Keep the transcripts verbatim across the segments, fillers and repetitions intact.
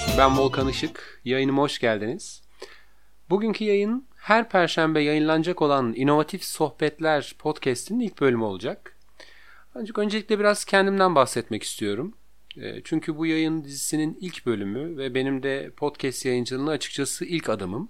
Ben Volkan Işık, yayınıma hoş geldiniz. Bugünkü yayın her Perşembe yayınlanacak olan İnovatif Sohbetler podcast'inin ilk bölümü olacak. Ancak öncelikle biraz kendimden bahsetmek istiyorum. Çünkü bu yayın dizisinin ilk bölümü ve benim de podcast yayıncılığına açıkçası ilk adımım.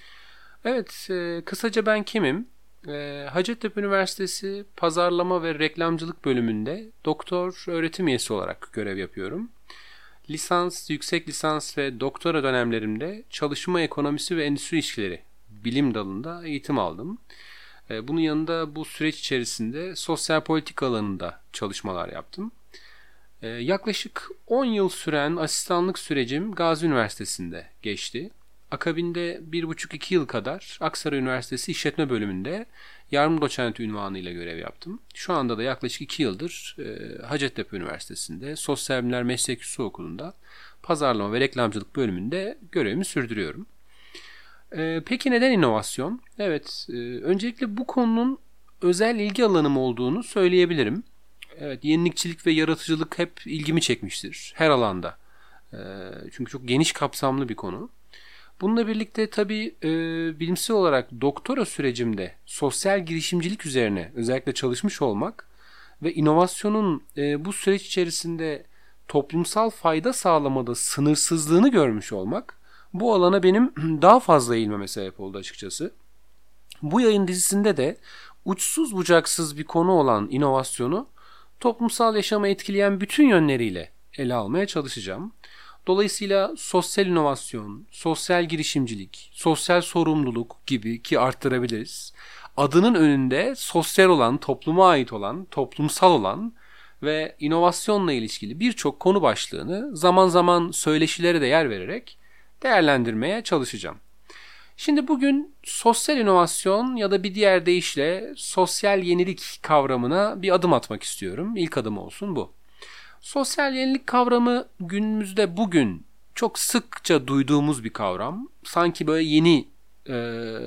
Evet, kısaca ben kimim? Hacettepe Üniversitesi Pazarlama ve Reklamcılık bölümünde doktor öğretim üyesi olarak görev yapıyorum. Lisans, yüksek lisans ve doktora dönemlerimde çalışma ekonomisi ve endüstri ilişkileri bilim dalında eğitim aldım. Bunun yanında bu süreç içerisinde sosyal politika alanında çalışmalar yaptım. Yaklaşık on yıl süren asistanlık sürecim Gazi Üniversitesi'nde geçti. Akabinde bir buçuk iki yıl kadar Aksaray Üniversitesi İşletme Bölümünde yardım doçent unvanıyla görev yaptım. Şu anda da yaklaşık iki yıldır e, Hacettepe Üniversitesi'nde Sosyal Bilimler Meslek Yüksek Okulu'nda Pazarlama ve Reklamcılık bölümünde görevimi sürdürüyorum. E, peki neden inovasyon? Evet, e, öncelikle bu konunun özel ilgi alanım olduğunu söyleyebilirim. Evet, yenilikçilik ve yaratıcılık hep ilgimi çekmiştir her alanda. E, çünkü çok geniş kapsamlı bir konu. Bununla birlikte tabii e, bilimsel olarak doktora sürecimde sosyal girişimcilik üzerine özellikle çalışmış olmak ve inovasyonun e, bu süreç içerisinde toplumsal fayda sağlamada sınırsızlığını görmüş olmak bu alana benim daha fazla eğilmeme sebep oldu açıkçası. Bu yayın dizisinde de uçsuz bucaksız bir konu olan inovasyonu toplumsal yaşamı etkileyen bütün yönleriyle ele almaya çalışacağım. Dolayısıyla sosyal inovasyon, sosyal girişimcilik, sosyal sorumluluk gibi ki arttırabiliriz. Adının önünde sosyal olan, topluma ait olan, toplumsal olan ve inovasyonla ilişkili birçok konu başlığını zaman zaman söyleşilere de yer vererek değerlendirmeye çalışacağım. Şimdi bugün sosyal inovasyon ya da bir diğer deyişle sosyal yenilik kavramına bir adım atmak istiyorum. İlk adım olsun bu. Sosyal yenilik kavramı günümüzde bugün çok sıkça duyduğumuz bir kavram. Sanki böyle yeni e,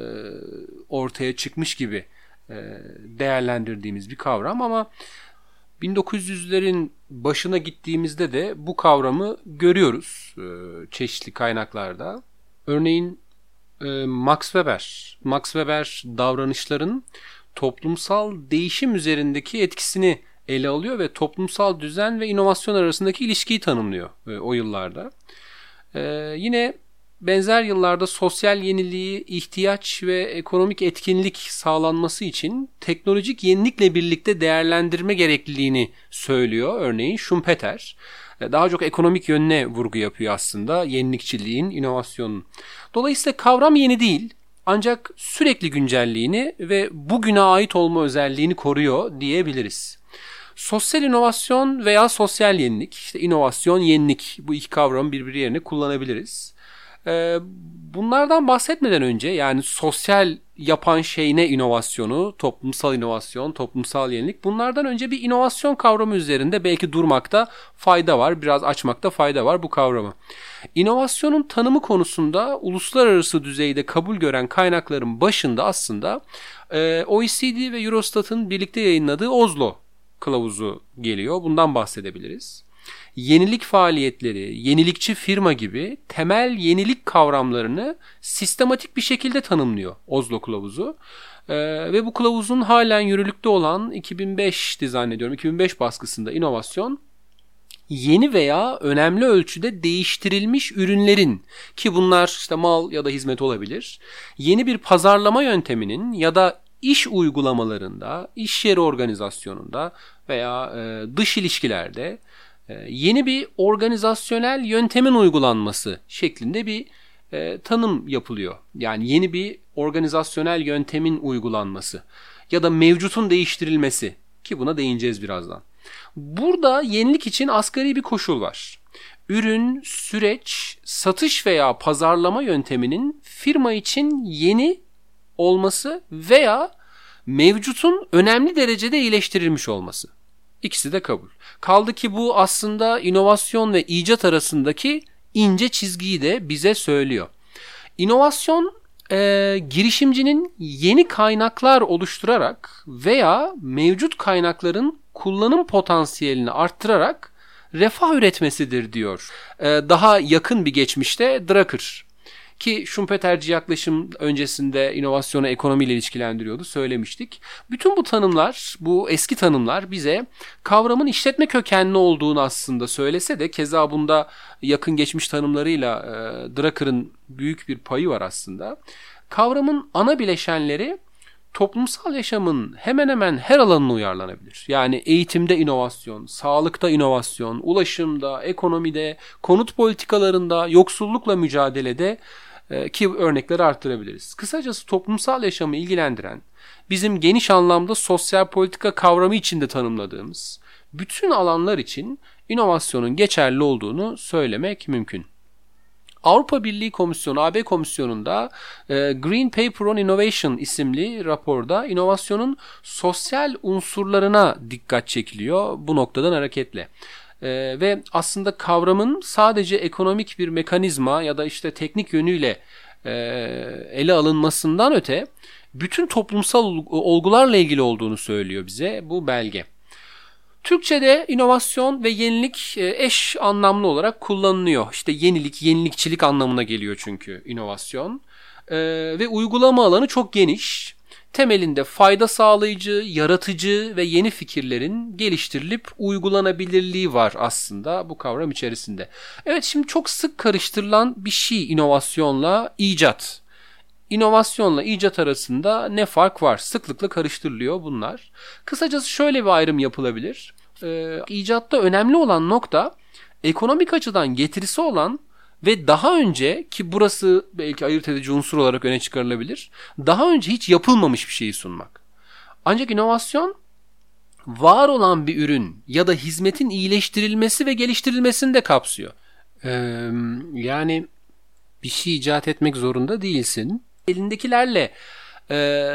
ortaya çıkmış gibi e, değerlendirdiğimiz bir kavram ama bin dokuz yüzlerin başına gittiğimizde de bu kavramı görüyoruz e, çeşitli kaynaklarda. Örneğin e, Max Weber, Max Weber davranışların toplumsal değişim üzerindeki etkisini ele alıyor ve toplumsal düzen ve inovasyon arasındaki ilişkiyi tanımlıyor e, o yıllarda. E, yine benzer yıllarda sosyal yeniliği, ihtiyaç ve ekonomik etkinlik sağlanması için teknolojik yenilikle birlikte değerlendirme gerekliliğini söylüyor. Örneğin Schumpeter. E, daha çok ekonomik yönüne vurgu yapıyor aslında yenilikçiliğin, inovasyonun. Dolayısıyla kavram yeni değil. Ancak sürekli güncelliğini ve bugüne ait olma özelliğini koruyor diyebiliriz. Sosyal inovasyon veya sosyal yenilik, işte inovasyon, yenilik bu iki kavramı birbiri yerine kullanabiliriz. Ee, bunlardan bahsetmeden önce yani sosyal yapan şey ne inovasyonu, toplumsal inovasyon, toplumsal yenilik bunlardan önce bir inovasyon kavramı üzerinde belki durmakta fayda var, biraz açmakta fayda var bu kavramı. İnovasyonun tanımı konusunda uluslararası düzeyde kabul gören kaynakların başında aslında e, O E C D ve Eurostat'ın birlikte yayınladığı Oslo kılavuzu geliyor. Bundan bahsedebiliriz. Yenilik faaliyetleri, yenilikçi firma gibi temel yenilik kavramlarını sistematik bir şekilde tanımlıyor Oslo kılavuzu. Ee, ve bu kılavuzun halen yürürlükte olan iki bin beşti zannediyorum. iki bin beş baskısında inovasyon yeni veya önemli ölçüde değiştirilmiş ürünlerin ki bunlar işte mal ya da hizmet olabilir. Yeni bir pazarlama yönteminin ya da iş uygulamalarında, iş yeri organizasyonunda veya e, dış ilişkilerde e, yeni bir organizasyonel yöntemin uygulanması şeklinde bir e, tanım yapılıyor. Yani yeni bir organizasyonel yöntemin uygulanması ya da mevcutun değiştirilmesi ki buna değineceğiz birazdan. Burada yenilik için asgari bir koşul var. Ürün, süreç, satış veya pazarlama yönteminin firma için yeni olması veya mevcutun önemli derecede iyileştirilmiş olması. İkisi de kabul. Kaldı ki bu aslında inovasyon ve icat arasındaki ince çizgiyi de bize söylüyor. İnovasyon e, girişimcinin yeni kaynaklar oluşturarak veya mevcut kaynakların kullanım potansiyelini arttırarak refah üretmesidir diyor. Ee, daha yakın bir geçmişte Drucker. Ki Schumpeterci yaklaşım öncesinde inovasyonu ekonomiyle ilişkilendiriyordu, söylemiştik. Bütün bu tanımlar, bu eski tanımlar bize kavramın işletme kökenli olduğunu aslında söylese de, keza bunda yakın geçmiş tanımlarıyla e, Drucker'ın büyük bir payı var aslında. Kavramın ana bileşenleri toplumsal yaşamın hemen hemen her alanına uyarlanabilir. Yani eğitimde inovasyon, sağlıkta inovasyon, ulaşımda, ekonomide, konut politikalarında, yoksullukla mücadelede ki örnekleri arttırabiliriz. Kısacası toplumsal yaşamı ilgilendiren, bizim geniş anlamda sosyal politika kavramı içinde tanımladığımız bütün alanlar için inovasyonun geçerli olduğunu söylemek mümkün. Avrupa Birliği Komisyonu, A B Komisyonu'nda Green Paper on Innovation isimli raporda inovasyonun sosyal unsurlarına dikkat çekiliyor bu noktadan hareketle. Ee, ve aslında kavramın sadece ekonomik bir mekanizma ya da işte teknik yönüyle e, ele alınmasından öte bütün toplumsal olgularla ilgili olduğunu söylüyor bize bu belge. Türkçe'de inovasyon ve yenilik eş anlamlı olarak kullanılıyor. İşte yenilik, yenilikçilik anlamına geliyor çünkü inovasyon. Ee, ve uygulama alanı çok geniş. Temelinde fayda sağlayıcı, yaratıcı ve yeni fikirlerin geliştirilip uygulanabilirliği var aslında bu kavram içerisinde. Evet, şimdi çok sık karıştırılan bir şey inovasyonla icat. İnovasyonla icat arasında ne fark var? Sıklıkla karıştırılıyor bunlar. Kısacası şöyle bir ayrım yapılabilir. Ee, icatta önemli olan nokta ekonomik açıdan getirisi olan ve daha önce, ki burası belki ayırt edici unsur olarak öne çıkarılabilir, daha önce hiç yapılmamış bir şeyi sunmak. Ancak inovasyon var olan bir ürün ya da hizmetin iyileştirilmesi ve geliştirilmesini de kapsıyor. Ee, yani bir şey icat etmek zorunda değilsin. Elindekilerle e,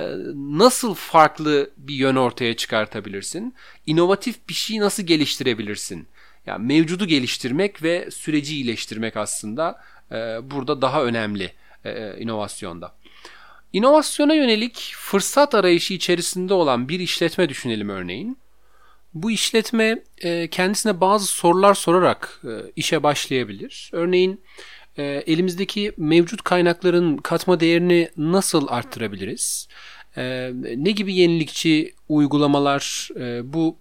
nasıl farklı bir yön ortaya çıkartabilirsin? İnovatif bir şey nasıl geliştirebilirsin? Yani mevcudu geliştirmek ve süreci iyileştirmek aslında e, burada daha önemli e, inovasyonda. İnovasyona yönelik fırsat arayışı içerisinde olan bir işletme düşünelim örneğin. Bu işletme e, kendisine bazı sorular sorarak e, işe başlayabilir. Örneğin e, elimizdeki mevcut kaynakların katma değerini nasıl arttırabiliriz? E, ne gibi yenilikçi uygulamalar e, bu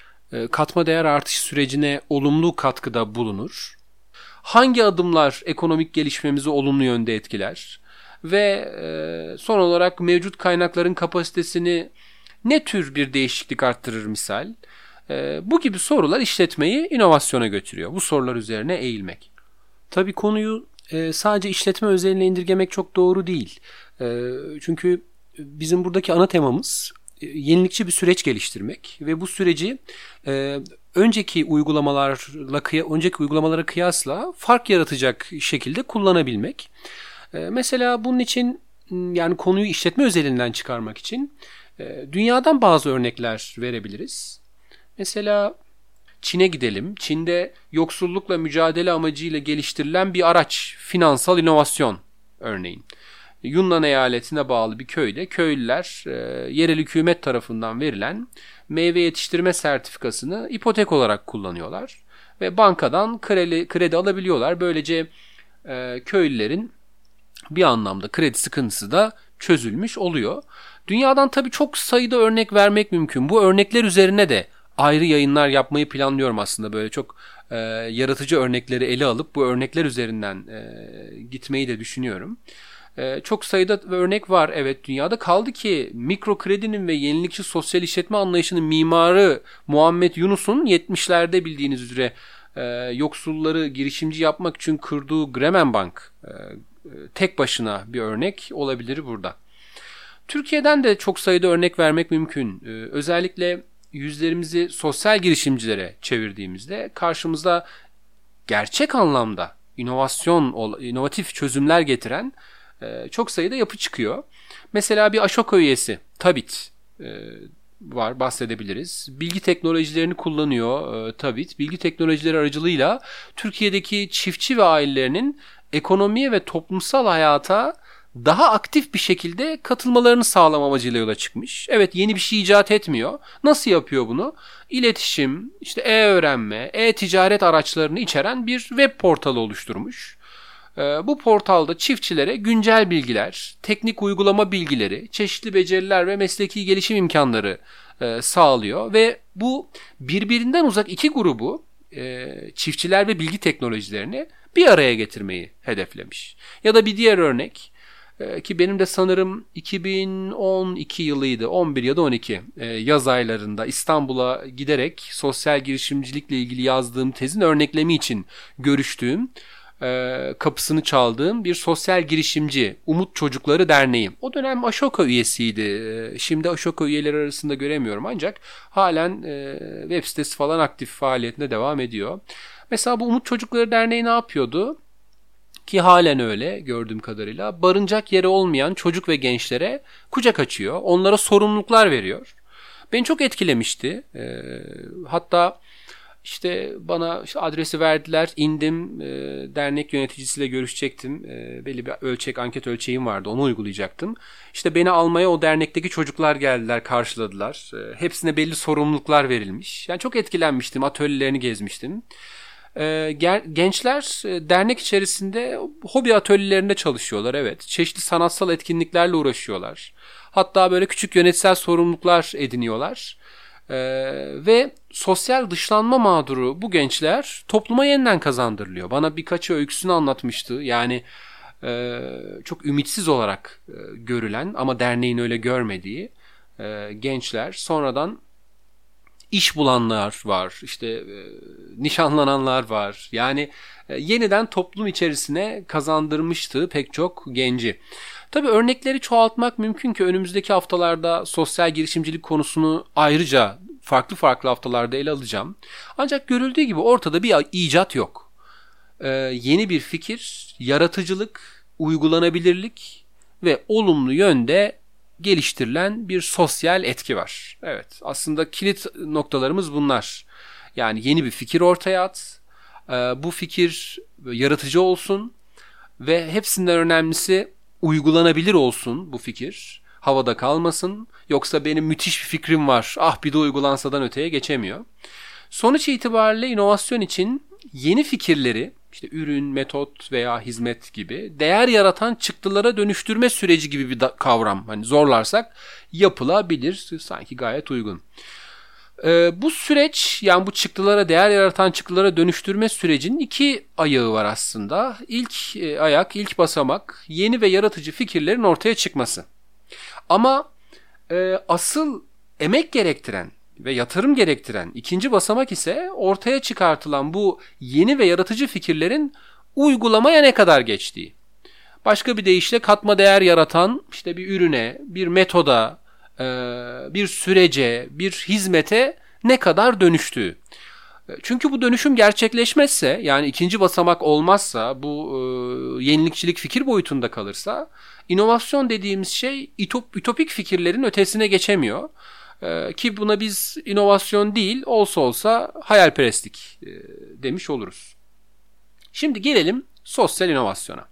katma değer artış sürecine olumlu katkıda bulunur? Hangi adımlar ekonomik gelişmemizi olumlu yönde etkiler? Ve son olarak mevcut kaynakların kapasitesini ne tür bir değişiklik arttırır misal? Bu gibi sorular işletmeyi inovasyona götürüyor. Bu sorular üzerine eğilmek. Tabii konuyu sadece işletme özeline indirgemek çok doğru değil. Çünkü bizim buradaki ana temamız yenilikçi bir süreç geliştirmek ve bu süreci e, önceki uygulamalarla önceki uygulamalara kıyasla fark yaratacak şekilde kullanabilmek. E, mesela bunun için, yani konuyu işletme özelinden çıkarmak için e, dünyadan bazı örnekler verebiliriz. Mesela Çin'e gidelim. Çin'de yoksullukla mücadele amacıyla geliştirilen bir araç, finansal inovasyon örneğin. Yunnan eyaletine bağlı bir köyde köylüler e, yerel hükümet tarafından verilen meyve yetiştirme sertifikasını ipotek olarak kullanıyorlar. Ve bankadan kredi, kredi alabiliyorlar. Böylece e, köylülerin bir anlamda kredi sıkıntısı da çözülmüş oluyor. Dünyadan tabii çok sayıda örnek vermek mümkün. Bu örnekler üzerine de ayrı yayınlar yapmayı planlıyorum aslında. Böyle çok e, yaratıcı örnekleri ele alıp bu örnekler üzerinden e, gitmeyi de düşünüyorum. Ee, çok sayıda örnek var evet dünyada. Kaldı ki mikro kredinin ve yenilikçi sosyal işletme anlayışının mimarı Muhammed Yunus'un yetmişlerde bildiğiniz üzere e, yoksulları girişimci yapmak için kurduğu Grameen Bank e, tek başına bir örnek olabilir burada. Türkiye'den de çok sayıda örnek vermek mümkün. E, özellikle yüzlerimizi sosyal girişimcilere çevirdiğimizde karşımıza gerçek anlamda inovasyon, inovatif çözümler getiren çok sayıda yapı çıkıyor. Mesela bir Ashoka üyesi Tabit var, bahsedebiliriz. Bilgi teknolojilerini kullanıyor Tabit. Bilgi teknolojileri aracılığıyla Türkiye'deki çiftçi ve ailelerinin ekonomiye ve toplumsal hayata daha aktif bir şekilde katılmalarını sağlama amacıyla yola çıkmış. Evet, yeni bir şey icat etmiyor. Nasıl yapıyor bunu? İletişim, işte e-öğrenme, e-ticaret araçlarını içeren bir web portalı oluşturmuş. Bu portalda çiftçilere güncel bilgiler, teknik uygulama bilgileri, çeşitli beceriler ve mesleki gelişim imkanları sağlıyor ve bu birbirinden uzak iki grubu, çiftçiler ve bilgi teknolojilerini bir araya getirmeyi hedeflemiş. Ya da bir diğer örnek ki benim de sanırım iki bin on iki yılıydı, on bir ya da on iki yaz aylarında İstanbul'a giderek sosyal girişimcilikle ilgili yazdığım tezin örneklemi için görüştüğüm, kapısını çaldığım bir sosyal girişimci Umut Çocukları Derneği. O dönem Ashoka üyesiydi. Şimdi Ashoka üyeleri arasında göremiyorum ancak halen web sitesi falan aktif faaliyetine devam ediyor. Mesela bu Umut Çocukları Derneği ne yapıyordu? Ki halen öyle gördüğüm kadarıyla. Barınacak yeri olmayan çocuk ve gençlere kucak açıyor. Onlara sorumluluklar veriyor. Beni çok etkilemişti. Hatta İşte bana işte adresi verdiler, indim, e, dernek yöneticisiyle görüşecektim. E, belli bir ölçek, anket ölçeğim vardı, onu uygulayacaktım. İşte beni almaya o dernekteki çocuklar geldiler, karşıladılar. E, hepsine belli sorumluluklar verilmiş. Yani çok etkilenmiştim, atölyelerini gezmiştim. E, gençler e, dernek içerisinde hobi atölyelerinde çalışıyorlar, evet. Çeşitli sanatsal etkinliklerle uğraşıyorlar. Hatta böyle küçük yönetsel sorumluluklar ediniyorlar. Ee, ve sosyal dışlanma mağduru bu gençler topluma yeniden kazandırılıyor. Bana birkaçı öyküsünü anlatmıştı. Yani e, çok ümitsiz olarak e, görülen ama derneğin öyle görmediği e, gençler sonradan iş bulanlar var. İşte e, nişanlananlar var. Yani e, yeniden toplum içerisine kazandırmıştı pek çok genci. Tabii örnekleri çoğaltmak mümkün ki önümüzdeki haftalarda sosyal girişimcilik konusunu ayrıca farklı farklı haftalarda ele alacağım. Ancak görüldüğü gibi ortada bir icat yok. Ee, yeni bir fikir, yaratıcılık, uygulanabilirlik ve olumlu yönde geliştirilen bir sosyal etki var. Evet, aslında kilit noktalarımız bunlar. Yani yeni bir fikir ortaya at, ee, bu fikir yaratıcı olsun ve hepsinden önemlisi uygulanabilir olsun bu fikir. Havada kalmasın. Yoksa benim müthiş bir fikrim var, ah bir de uygulansadan öteye geçemiyor. Sonuç itibariyle inovasyon için yeni fikirleri, işte ürün, metot veya hizmet gibi değer yaratan çıktılara dönüştürme süreci gibi bir kavram. Hani zorlarsak yapılabilir, sanki gayet uygun. Ee, bu süreç, yani bu çıktılara, değer yaratan çıktılara dönüştürme sürecinin iki ayağı var aslında. İlk e, ayak, ilk basamak yeni ve yaratıcı fikirlerin ortaya çıkması. Ama e, asıl emek gerektiren ve yatırım gerektiren ikinci basamak ise ortaya çıkartılan bu yeni ve yaratıcı fikirlerin uygulamaya ne kadar geçtiği. Başka bir deyişle katma değer yaratan işte bir ürüne, bir metoda, bir sürece, bir hizmete ne kadar dönüştüğü. Çünkü bu dönüşüm gerçekleşmezse, yani ikinci basamak olmazsa, bu e, yenilikçilik fikir boyutunda kalırsa, inovasyon dediğimiz şey ütop, ütopik fikirlerin ötesine geçemiyor. E, ki buna biz inovasyon değil, olsa olsa hayalperestlik e, demiş oluruz. Şimdi gelelim sosyal inovasyona.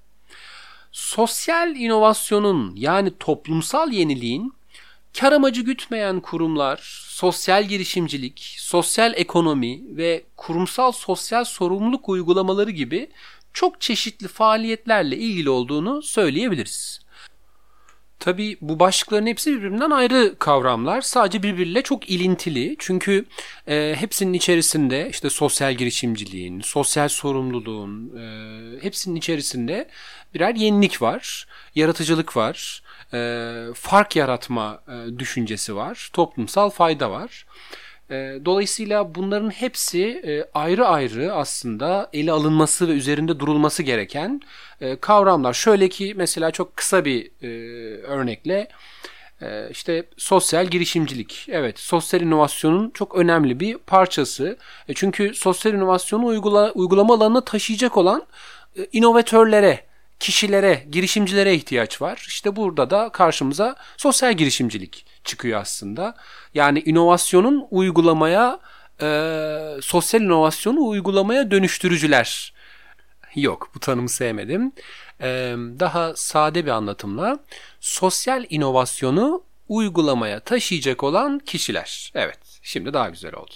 Sosyal inovasyonun, yani toplumsal yeniliğin kar amacı gütmeyen kurumlar, sosyal girişimcilik, sosyal ekonomi ve kurumsal sosyal sorumluluk uygulamaları gibi çok çeşitli faaliyetlerle ilgili olduğunu söyleyebiliriz. Tabii bu başlıkların hepsi birbirinden ayrı kavramlar. Sadece birbiriyle çok ilintili. Çünkü e, hepsinin içerisinde işte sosyal girişimciliğin, sosyal sorumluluğun e, hepsinin içerisinde birer yenilik var, yaratıcılık var, e, fark yaratma e, düşüncesi var, toplumsal fayda var. E, dolayısıyla bunların hepsi e, ayrı ayrı aslında ele alınması ve üzerinde durulması gereken e, kavramlar. Şöyle ki mesela çok kısa bir e, örnekle e, işte sosyal girişimcilik. Evet, sosyal inovasyonun çok önemli bir parçası. E, çünkü sosyal inovasyonu uygula, uygulama alanına taşıyacak olan e, inovatörlere, kişilere, girişimcilere ihtiyaç var. İşte burada da karşımıza sosyal girişimcilik çıkıyor aslında. Yani inovasyonun uygulamaya, e, sosyal inovasyonu uygulamaya dönüştürücüler. Yok, bu tanımı sevmedim. Ee, daha sade bir anlatımla sosyal inovasyonu uygulamaya taşıyacak olan kişiler. Evet, şimdi daha güzel oldu.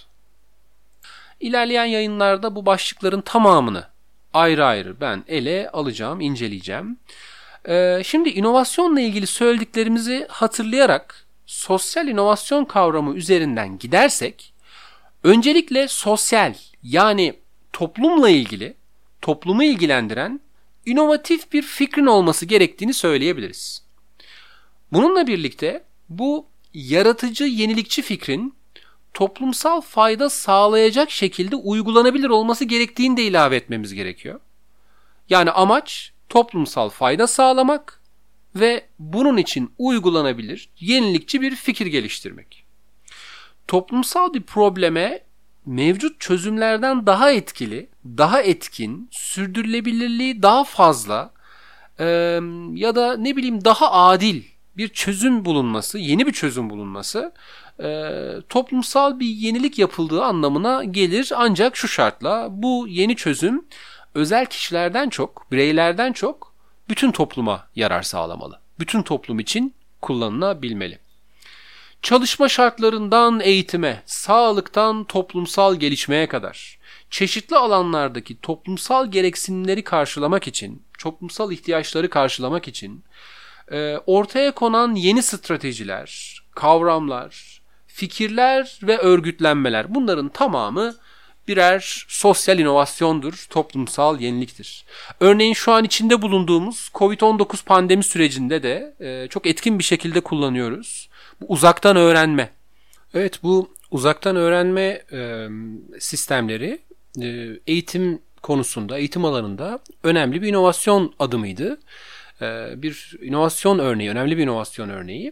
İlerleyen yayınlarda bu başlıkların tamamını ayrı ayrı ben ele alacağım, inceleyeceğim. Ee, şimdi inovasyonla ilgili söylediklerimizi hatırlayarak sosyal inovasyon kavramı üzerinden gidersek, öncelikle sosyal, yani toplumla ilgili, toplumu ilgilendiren inovatif bir fikrin olması gerektiğini söyleyebiliriz. Bununla birlikte bu yaratıcı, yenilikçi fikrin toplumsal fayda sağlayacak şekilde uygulanabilir olması gerektiğini de ilave etmemiz gerekiyor. Yani amaç toplumsal fayda sağlamak ve bunun için uygulanabilir, yenilikçi bir fikir geliştirmek. Toplumsal bir probleme mevcut çözümlerden daha etkili, daha etkin, sürdürülebilirliği daha fazla e, ya da ne bileyim daha adil bir çözüm bulunması, yeni bir çözüm bulunması e, toplumsal bir yenilik yapıldığı anlamına gelir. Ancak şu şartla, bu yeni çözüm özel kişilerden çok, bireylerden çok bütün topluma yarar sağlamalı. Bütün toplum için kullanılabilmeli. Çalışma şartlarından eğitime, sağlıktan toplumsal gelişmeye kadar çeşitli alanlardaki toplumsal gereksinimleri karşılamak için, toplumsal ihtiyaçları karşılamak için e, ortaya konan yeni stratejiler, kavramlar, fikirler ve örgütlenmeler, bunların tamamı birer sosyal inovasyondur, toplumsal yeniliktir. Örneğin şu an içinde bulunduğumuz kovid on dokuz pandemi sürecinde de e, çok etkin bir şekilde kullanıyoruz. Bu uzaktan öğrenme. Evet, bu uzaktan öğrenme e, sistemleri e, eğitim konusunda, eğitim alanında önemli bir inovasyon adımıydı. E, bir inovasyon örneği, önemli bir inovasyon örneği.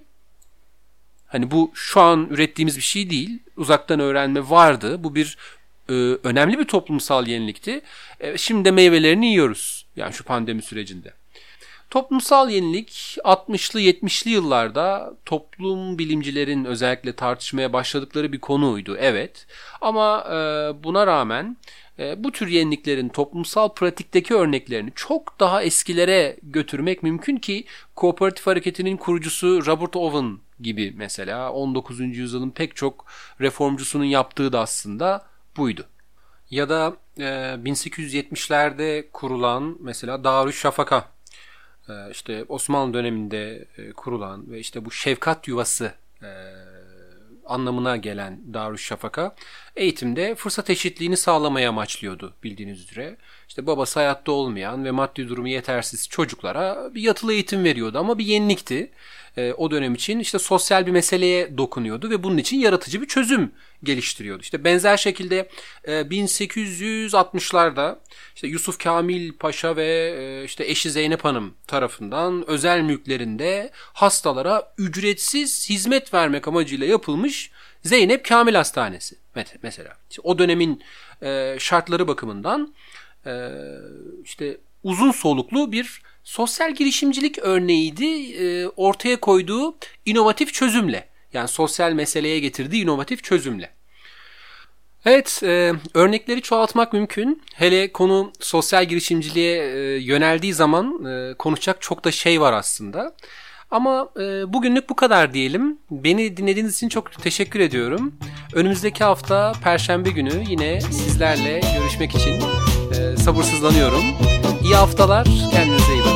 Hani bu şu an ürettiğimiz bir şey değil. Uzaktan öğrenme vardı. Bu bir e, önemli bir toplumsal yenilikti. E, şimdi de meyvelerini yiyoruz. Yani şu pandemi sürecinde. Toplumsal yenilik altmışlı yetmişli yıllarda toplum bilimcilerin özellikle tartışmaya başladıkları bir konuydu. Evet. Ama e, buna rağmen e, bu tür yeniliklerin toplumsal pratikteki örneklerini çok daha eskilere götürmek mümkün ki kooperatif hareketinin kurucusu Robert Owen gibi mesela on dokuzuncu yüzyılın pek çok reformcusunun yaptığı da aslında buydu. Ya da e, bin sekiz yüz yetmişlerde kurulan mesela Darüşşafaka, e, işte Osmanlı döneminde e, kurulan ve işte bu şefkat yuvası e, anlamına gelen Darüşşafaka eğitimde fırsat eşitliğini sağlamaya amaçlıyordu bildiğiniz üzere. İşte babası hayatta olmayan ve maddi durumu yetersiz çocuklara bir yatılı eğitim veriyordu ama bir yenilikti. E, o dönem için işte sosyal bir meseleye dokunuyordu ve bunun için yaratıcı bir çözüm geliştiriyordu. İşte benzer şekilde e, bin sekiz yüz altmışlarda işte Yusuf Kamil Paşa ve e, işte eşi Zeynep Hanım tarafından özel mülklerinde hastalara ücretsiz hizmet vermek amacıyla yapılmış Zeynep Kamil Hastanesi mesela. İşte o dönemin e, şartları bakımından e, işte uzun soluklu bir sosyal girişimcilik örneğiydi e, ortaya koyduğu inovatif çözümle. Yani sosyal meseleye getirdiği inovatif çözümle. Evet, e, örnekleri çoğaltmak mümkün. Hele konu sosyal girişimciliğe e, yöneldiği zaman e, konuşacak çok da şey var aslında. Ama e, bugünlük bu kadar diyelim. Beni dinlediğiniz için çok teşekkür ediyorum. Önümüzdeki hafta Perşembe günü yine sizlerle görüşmek için e, sabırsızlanıyorum. İyi haftalar, kendinize iyi bakın.